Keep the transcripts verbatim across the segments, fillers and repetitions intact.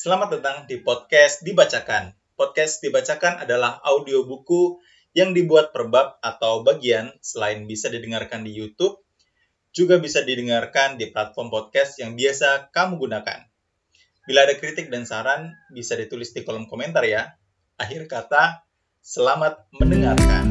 Selamat datang di podcast Dibacakan. Podcast Dibacakan adalah audio buku yang dibuat per bab atau bagian, selain bisa didengarkan di YouTube, juga bisa didengarkan di platform podcast yang biasa kamu gunakan. Bila ada kritik dan saran, bisa ditulis di kolom komentar ya. Akhir kata, selamat mendengarkan.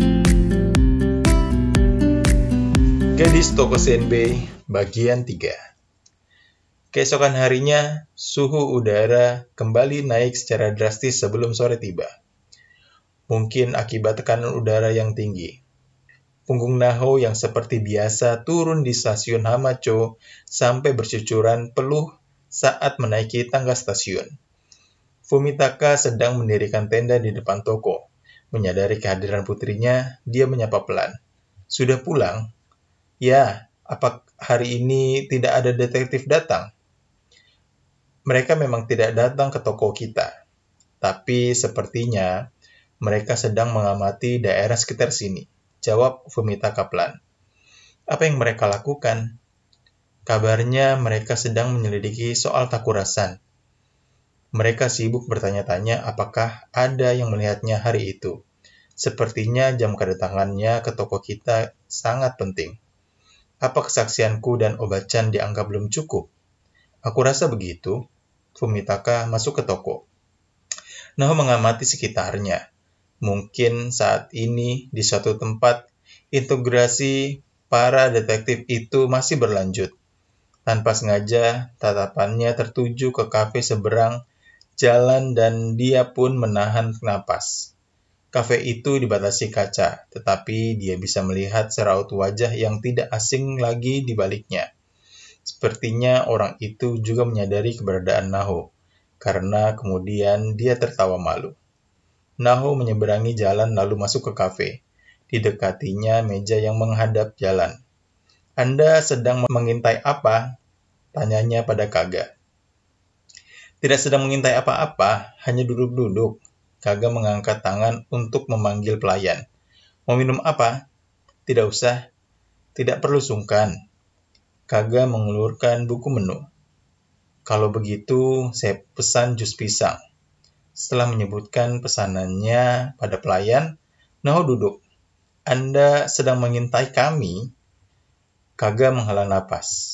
Gadis Toko Senbei, bagian tiga. Keesokan harinya, suhu udara kembali naik secara drastis sebelum sore tiba. Mungkin akibat tekanan udara yang tinggi. Punggung Naho yang seperti biasa turun di stasiun Hamacho sampai bercucuran peluh saat menaiki tangga stasiun. Fumitaka sedang mendirikan tenda di depan toko. Menyadari kehadiran putrinya, dia menyapa pelan. "Sudah pulang?" "Ya, apa hari ini tidak ada detektif datang?" "Mereka memang tidak datang ke toko kita, tapi sepertinya mereka sedang mengamati daerah sekitar sini," jawab Fumitaka pelan. "Apa yang mereka lakukan?" "Kabarnya mereka sedang menyelidiki soal Takurasan. Mereka sibuk bertanya-tanya apakah ada yang melihatnya hari itu. Sepertinya jam kedatangannya ke toko kita sangat penting. Apa kesaksianku dan Oba-chan dianggap belum cukup?" "Aku rasa begitu." Fumitaka masuk ke toko. Naho mengamati sekitarnya. Mungkin saat ini di suatu tempat, integrasi para detektif itu masih berlanjut. Tanpa sengaja, tatapannya tertuju ke kafe seberang jalan dan dia pun menahan napas. Kafe itu dibatasi kaca, tetapi dia bisa melihat seraut wajah yang tidak asing lagi di baliknya. Sepertinya orang itu juga menyadari keberadaan Naho, karena kemudian dia tertawa malu. Naho menyeberangi jalan lalu masuk ke kafe. Didekatinya meja yang menghadap jalan. "Anda sedang mengintai apa?" tanyanya pada Kaga. "Tidak sedang mengintai apa-apa, hanya duduk-duduk." Kaga mengangkat tangan untuk memanggil pelayan. "Mau minum apa?" "Tidak usah, tidak perlu sungkan." Kaga mengulurkan buku menu. "Kalau begitu, saya pesan jus pisang." Setelah menyebutkan pesanannya pada pelayan, Naho duduk. "Anda sedang mengintai kami?" Kaga menghela napas.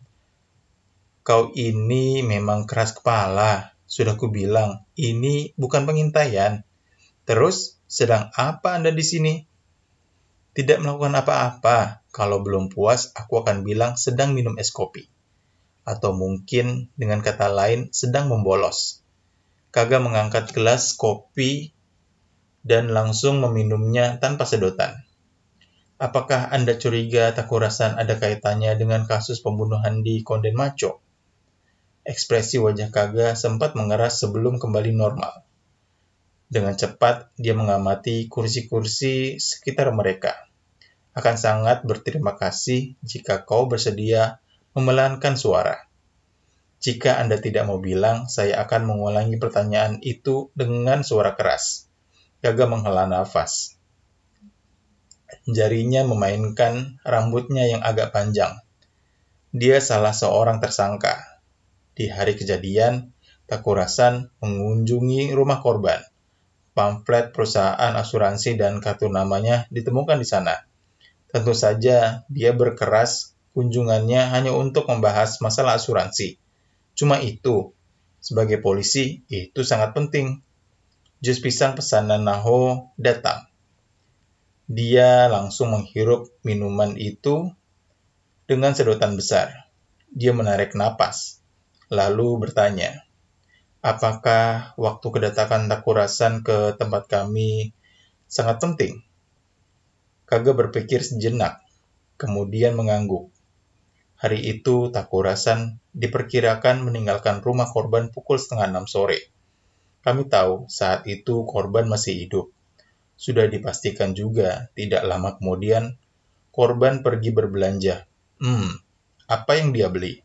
"Kau ini memang keras kepala. Sudah kubilang, ini bukan pengintaian. Terus, sedang apa Anda di sini?" "Tidak melakukan apa-apa. Kalau belum puas, aku akan bilang sedang minum es kopi. Atau mungkin, dengan kata lain, sedang membolos." Kaga mengangkat gelas kopi dan langsung meminumnya tanpa sedotan. "Apakah Anda curiga Takurasan ada kaitannya dengan kasus pembunuhan di Konden Macho?" Ekspresi wajah Kaga sempat mengeras sebelum kembali normal. Dengan cepat, dia mengamati kursi-kursi sekitar mereka. "Akan sangat berterima kasih jika kau bersedia memelankan suara. Jika Anda tidak mau bilang, saya akan mengulangi pertanyaan itu dengan suara keras." Kaga menghela nafas. Jarinya memainkan rambutnya yang agak panjang. Dia salah seorang tersangka. Di hari kejadian, Takurasan mengunjungi rumah korban. Pamflet perusahaan asuransi dan kartu namanya ditemukan di sana. Tentu saja, dia berkeras kunjungannya hanya untuk membahas masalah asuransi. Cuma itu, sebagai polisi, itu sangat penting. Jus pisang pesanan Naho datang. Dia langsung menghirup minuman itu dengan sedotan besar. Dia menarik napas, lalu bertanya, "Apakah waktu kedatangan Takurasan ke tempat kami sangat penting?" Kaga berpikir sejenak, kemudian mengangguk. Hari itu Takurasan diperkirakan meninggalkan rumah korban pukul setengah enam sore. Kami tahu saat itu korban masih hidup. Sudah dipastikan juga tidak lama kemudian korban pergi berbelanja. Hmm, apa yang dia beli?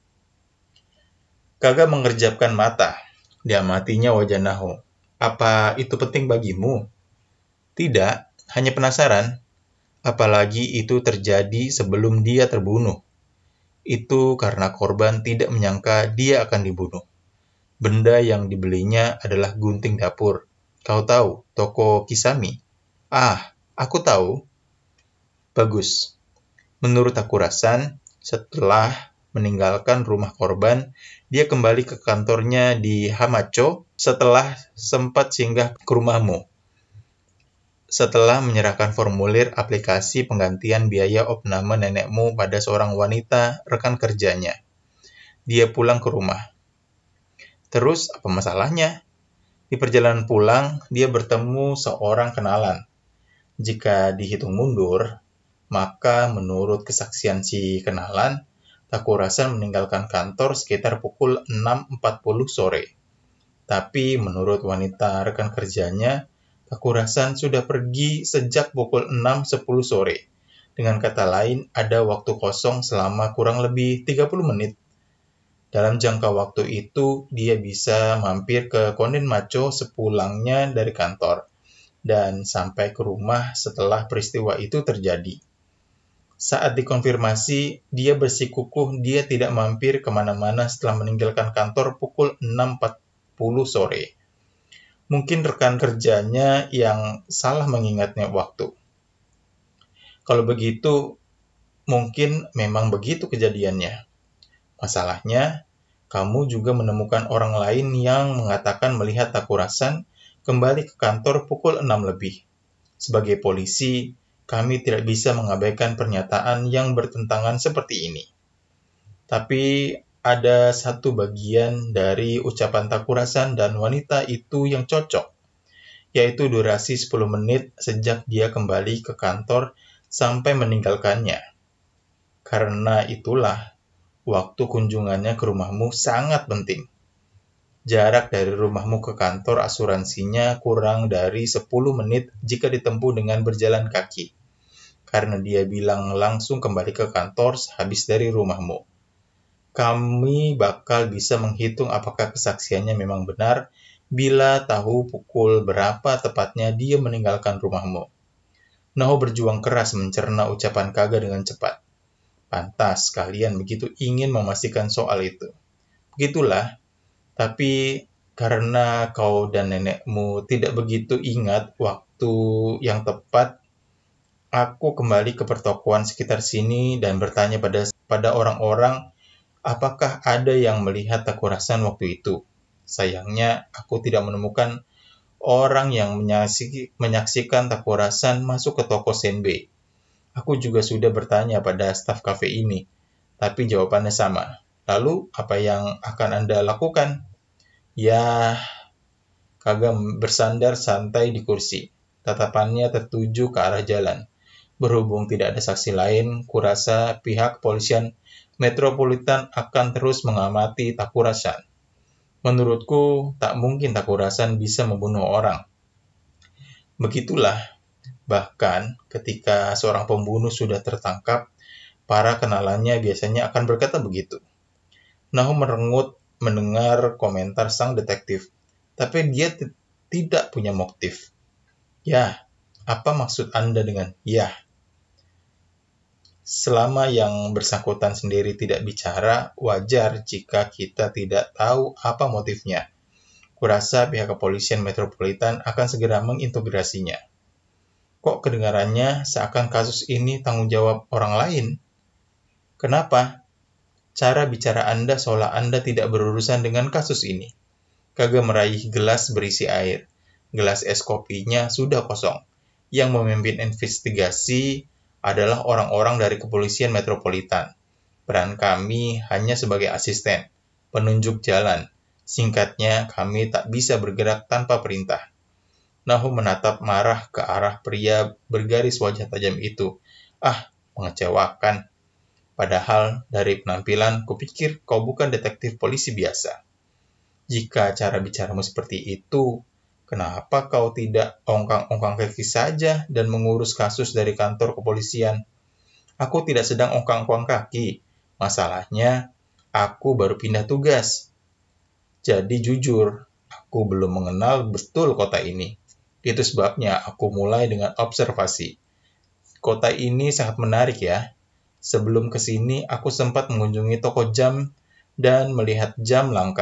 Kaga mengerjapkan mata. Diamatinya wajah Naho. "Apa itu penting bagimu?" "Tidak, hanya penasaran. Apalagi itu terjadi sebelum dia terbunuh. Itu karena korban tidak menyangka dia akan dibunuh. Benda yang dibelinya adalah gunting dapur. Kau tahu, toko Kisami? Ah, aku tahu. Bagus. Menurut Takurasan, setelah meninggalkan rumah korban, dia kembali ke kantornya di Hamacho setelah sempat singgah ke rumahmu. Setelah menyerahkan formulir aplikasi penggantian biaya opname nenekmu pada seorang wanita rekan kerjanya, dia pulang ke rumah. Terus, apa masalahnya? Di perjalanan pulang, dia bertemu seorang kenalan. Jika dihitung mundur, maka menurut kesaksian si kenalan, Takurasan meninggalkan kantor sekitar pukul enam empat puluh sore. Tapi menurut wanita rekan kerjanya, Takurasan sudah pergi sejak pukul enam sepuluh sore. Dengan kata lain, ada waktu kosong selama kurang lebih tiga puluh menit. Dalam jangka waktu itu, dia bisa mampir ke Kondenmacho sepulangnya dari kantor dan sampai ke rumah setelah peristiwa itu terjadi. Saat dikonfirmasi, dia bersikukuh dia tidak mampir kemana-mana setelah meninggalkan kantor pukul enam empat puluh sore. Mungkin rekan kerjanya yang salah mengingatnya waktu. Kalau begitu, mungkin memang begitu kejadiannya. Masalahnya, kamu juga menemukan orang lain yang mengatakan melihat Takurasan kembali ke kantor pukul enam lebih. Sebagai polisi, kami tidak bisa mengabaikan pernyataan yang bertentangan seperti ini. Tapi ada satu bagian dari ucapan Takurasan dan wanita itu yang cocok, yaitu durasi sepuluh menit sejak dia kembali ke kantor sampai meninggalkannya. Karena itulah, waktu kunjungannya ke rumahmu sangat penting. Jarak dari rumahmu ke kantor asuransinya kurang dari sepuluh menit jika ditempuh dengan berjalan kaki. Karena dia bilang langsung kembali ke kantor sehabis dari rumahmu. Kami bakal bisa menghitung apakah kesaksiannya memang benar bila tahu pukul berapa tepatnya dia meninggalkan rumahmu. Naho berjuang keras mencerna ucapan Kaga dengan cepat. Pantas kalian begitu ingin memastikan soal itu. Begitulah, tapi karena kau dan nenekmu tidak begitu ingat waktu yang tepat, aku kembali ke pertokoan sekitar sini dan bertanya pada pada orang-orang apakah ada yang melihat Takurasan waktu itu. Sayangnya, aku tidak menemukan orang yang menyaksi, menyaksikan Takurasan masuk ke toko Senbei. Aku juga sudah bertanya pada staf kafe ini, tapi jawabannya sama. Lalu, apa yang akan Anda lakukan? Ya, Kaga bersandar santai di kursi. Tatapannya tertuju ke arah jalan. Berhubung tidak ada saksi lain, kurasa pihak kepolisian Metropolitan akan terus mengamati Takurasan. Menurutku, tak mungkin Takurasan bisa membunuh orang. Begitulah, bahkan ketika seorang pembunuh sudah tertangkap, para kenalannya biasanya akan berkata begitu. Naho merengut mendengar komentar sang detektif, tapi dia t- tidak punya motif. Ya, apa maksud Anda dengan ya? Selama yang bersangkutan sendiri tidak bicara, wajar jika kita tidak tahu apa motifnya. Kurasa pihak kepolisian Metropolitan akan segera mengintegrasinya. Kok kedengarannya seakan kasus ini tanggung jawab orang lain? Kenapa? Cara bicara Anda seolah Anda tidak berurusan dengan kasus ini. Kaga meraih gelas berisi air. Gelas es kopinya sudah kosong. Yang memimpin investigasi adalah orang-orang dari kepolisian Metropolitan. Peran kami hanya sebagai asisten, penunjuk jalan. Singkatnya, kami tak bisa bergerak tanpa perintah. Naho menatap marah ke arah pria bergaris wajah tajam itu. Ah, mengecewakan. Padahal dari penampilan, kupikir kau bukan detektif polisi biasa. Jika cara bicaramu seperti itu, kenapa kau tidak ongkang-ongkang kaki saja dan mengurus kasus dari kantor kepolisian? Aku tidak sedang ongkang-ongkang kaki. Masalahnya, aku baru pindah tugas. Jadi jujur, aku belum mengenal betul kota ini. Itu sebabnya aku mulai dengan observasi. Kota ini sangat menarik ya. Sebelum ke sini, aku sempat mengunjungi toko jam dan melihat jam langka.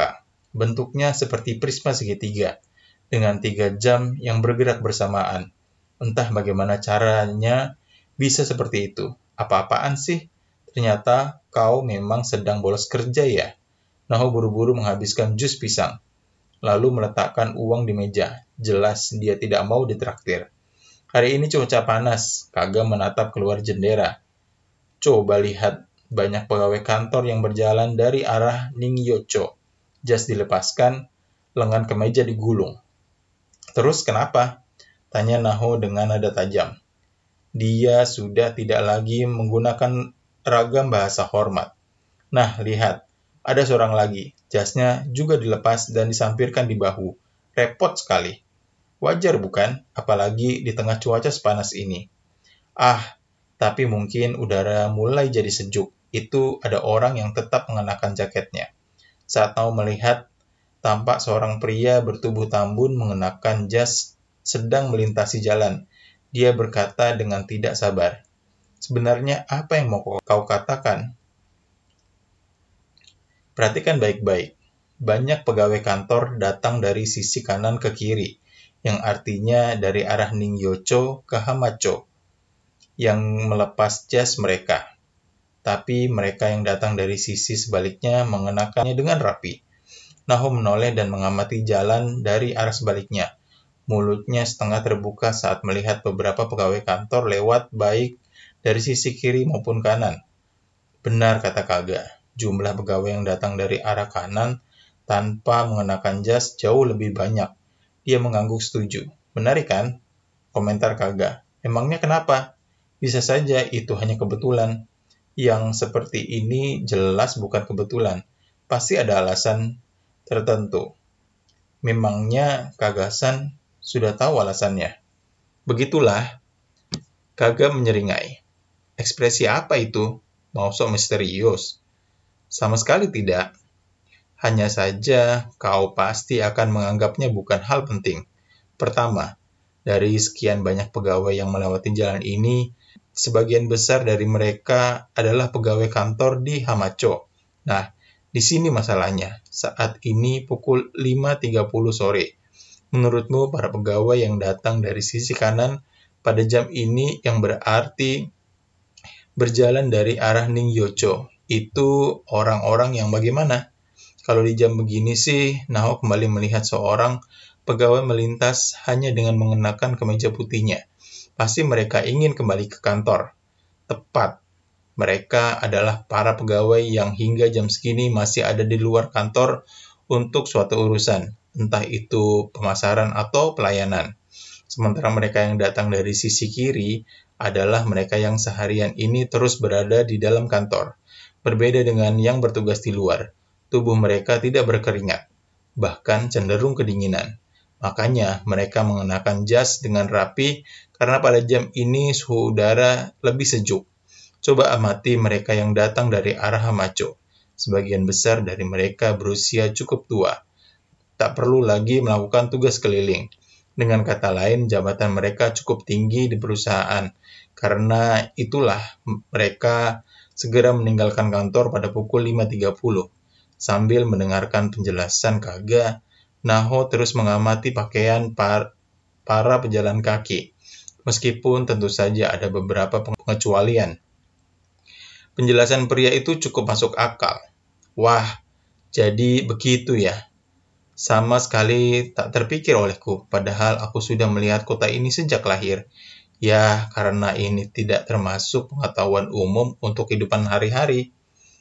Bentuknya seperti prisma segitiga, dengan tiga jam yang bergerak bersamaan. Entah bagaimana caranya bisa seperti itu. Apa-apaan sih? Ternyata kau memang sedang bolos kerja ya? Naho buru-buru menghabiskan jus pisang, lalu meletakkan uang di meja. Jelas dia tidak mau ditraktir. Hari ini cuaca panas, Kaga menatap keluar jendela. Coba lihat, banyak pegawai kantor yang berjalan dari arah Ningyocho. Jas dilepaskan, lengan kemeja digulung. Terus kenapa? Tanya Naho dengan nada tajam. Dia sudah tidak lagi menggunakan ragam bahasa hormat. Nah, lihat. Ada seorang lagi, jasnya juga dilepas dan disampirkan di bahu. Repot sekali. Wajar bukan? Apalagi di tengah cuaca sepanas ini. Ah, tapi mungkin udara mulai jadi sejuk. Itu ada orang yang tetap mengenakan jaketnya. Saat mau melihat, tampak seorang pria bertubuh tambun mengenakan jas sedang melintasi jalan. Dia berkata dengan tidak sabar. Sebenarnya apa yang mau kau katakan? Perhatikan baik-baik. Banyak pegawai kantor datang dari sisi kanan ke kiri, yang artinya dari arah Ningyocho ke Hamacho, yang melepas jas mereka. Tapi mereka yang datang dari sisi sebaliknya mengenakannya dengan rapi. Naho menoleh dan mengamati jalan dari arah sebaliknya. Mulutnya setengah terbuka saat melihat beberapa pegawai kantor lewat baik dari sisi kiri maupun kanan. Benar kata Kaga. Jumlah pegawai yang datang dari arah kanan tanpa mengenakan jas jauh lebih banyak. Dia mengangguk setuju. Menarik kan? Komentar Kaga. Emangnya kenapa? Bisa saja itu hanya kebetulan. Yang seperti ini jelas bukan kebetulan. Pasti ada alasan tertentu. Memangnya Kaga-san sudah tahu alasannya? Begitulah. Kaga menyeringai. Ekspresi apa itu? Mau sok misterius? Sama sekali tidak. Hanya saja kau pasti akan menganggapnya bukan hal penting. Pertama, dari sekian banyak pegawai yang melewati jalan ini, sebagian besar dari mereka adalah pegawai kantor di Hamacho. Nah, di sini masalahnya. Saat ini pukul lima tiga puluh sore. Menurutmu para pegawai yang datang dari sisi kanan pada jam ini yang berarti berjalan dari arah Ningyocho, itu orang-orang yang bagaimana? Kalau di jam begini sih, Naho kembali melihat seorang pegawai melintas hanya dengan mengenakan kemeja putihnya. Pasti mereka ingin kembali ke kantor. Tepat. Mereka adalah para pegawai yang hingga jam segini masih ada di luar kantor untuk suatu urusan, entah itu pemasaran atau pelayanan. Sementara mereka yang datang dari sisi kiri adalah mereka yang seharian ini terus berada di dalam kantor. Berbeda dengan yang bertugas di luar, tubuh mereka tidak berkeringat, bahkan cenderung kedinginan. Makanya mereka mengenakan jas dengan rapi karena pada jam ini suhu udara lebih sejuk. Coba amati mereka yang datang dari arah Hamacho. Sebagian besar dari mereka berusia cukup tua. Tak perlu lagi melakukan tugas keliling. Dengan kata lain, jabatan mereka cukup tinggi di perusahaan. Karena itulah mereka segera meninggalkan kantor pada pukul lima tiga puluh. Sambil mendengarkan penjelasan Kaga, Naho terus mengamati pakaian par para pejalan kaki. Meskipun tentu saja ada beberapa pengecualian. Penjelasan pria itu cukup masuk akal. Wah, jadi begitu ya. Sama sekali tak terpikir olehku, padahal aku sudah melihat kota ini sejak lahir. Ya, karena ini tidak termasuk pengetahuan umum untuk kehidupan hari-hari.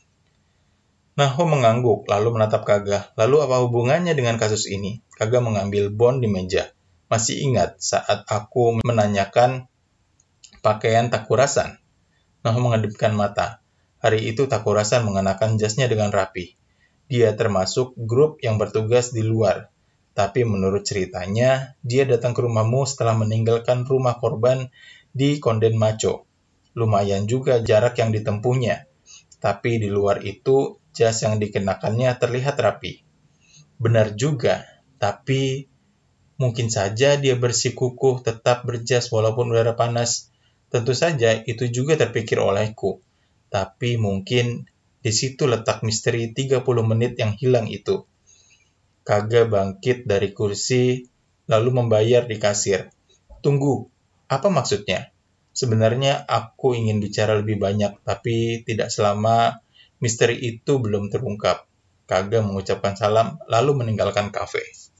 Naho mengangguk, lalu menatap Kaga. Lalu apa hubungannya dengan kasus ini? Kaga mengambil bon di meja. Masih ingat saat aku menanyakan pakaian Takurasan? Naho mengedipkan mata. Hari itu Takurasan mengenakan jasnya dengan rapi. Dia termasuk grup yang bertugas di luar. Tapi menurut ceritanya, dia datang ke rumahmu setelah meninggalkan rumah korban di Konden Macho. Lumayan juga jarak yang ditempuhnya. Tapi di luar itu, jas yang dikenakannya terlihat rapi. Benar juga, tapi mungkin saja dia bersikukuh tetap berjas walaupun udara panas. Tentu saja itu juga terpikir olehku. Tapi mungkin di situ letak misteri tiga puluh menit yang hilang itu. Kaga bangkit dari kursi, lalu membayar di kasir. Tunggu, apa maksudnya? Sebenarnya aku ingin bicara lebih banyak, tapi tidak selama misteri itu belum terungkap. Kaga mengucapkan salam, lalu meninggalkan kafe.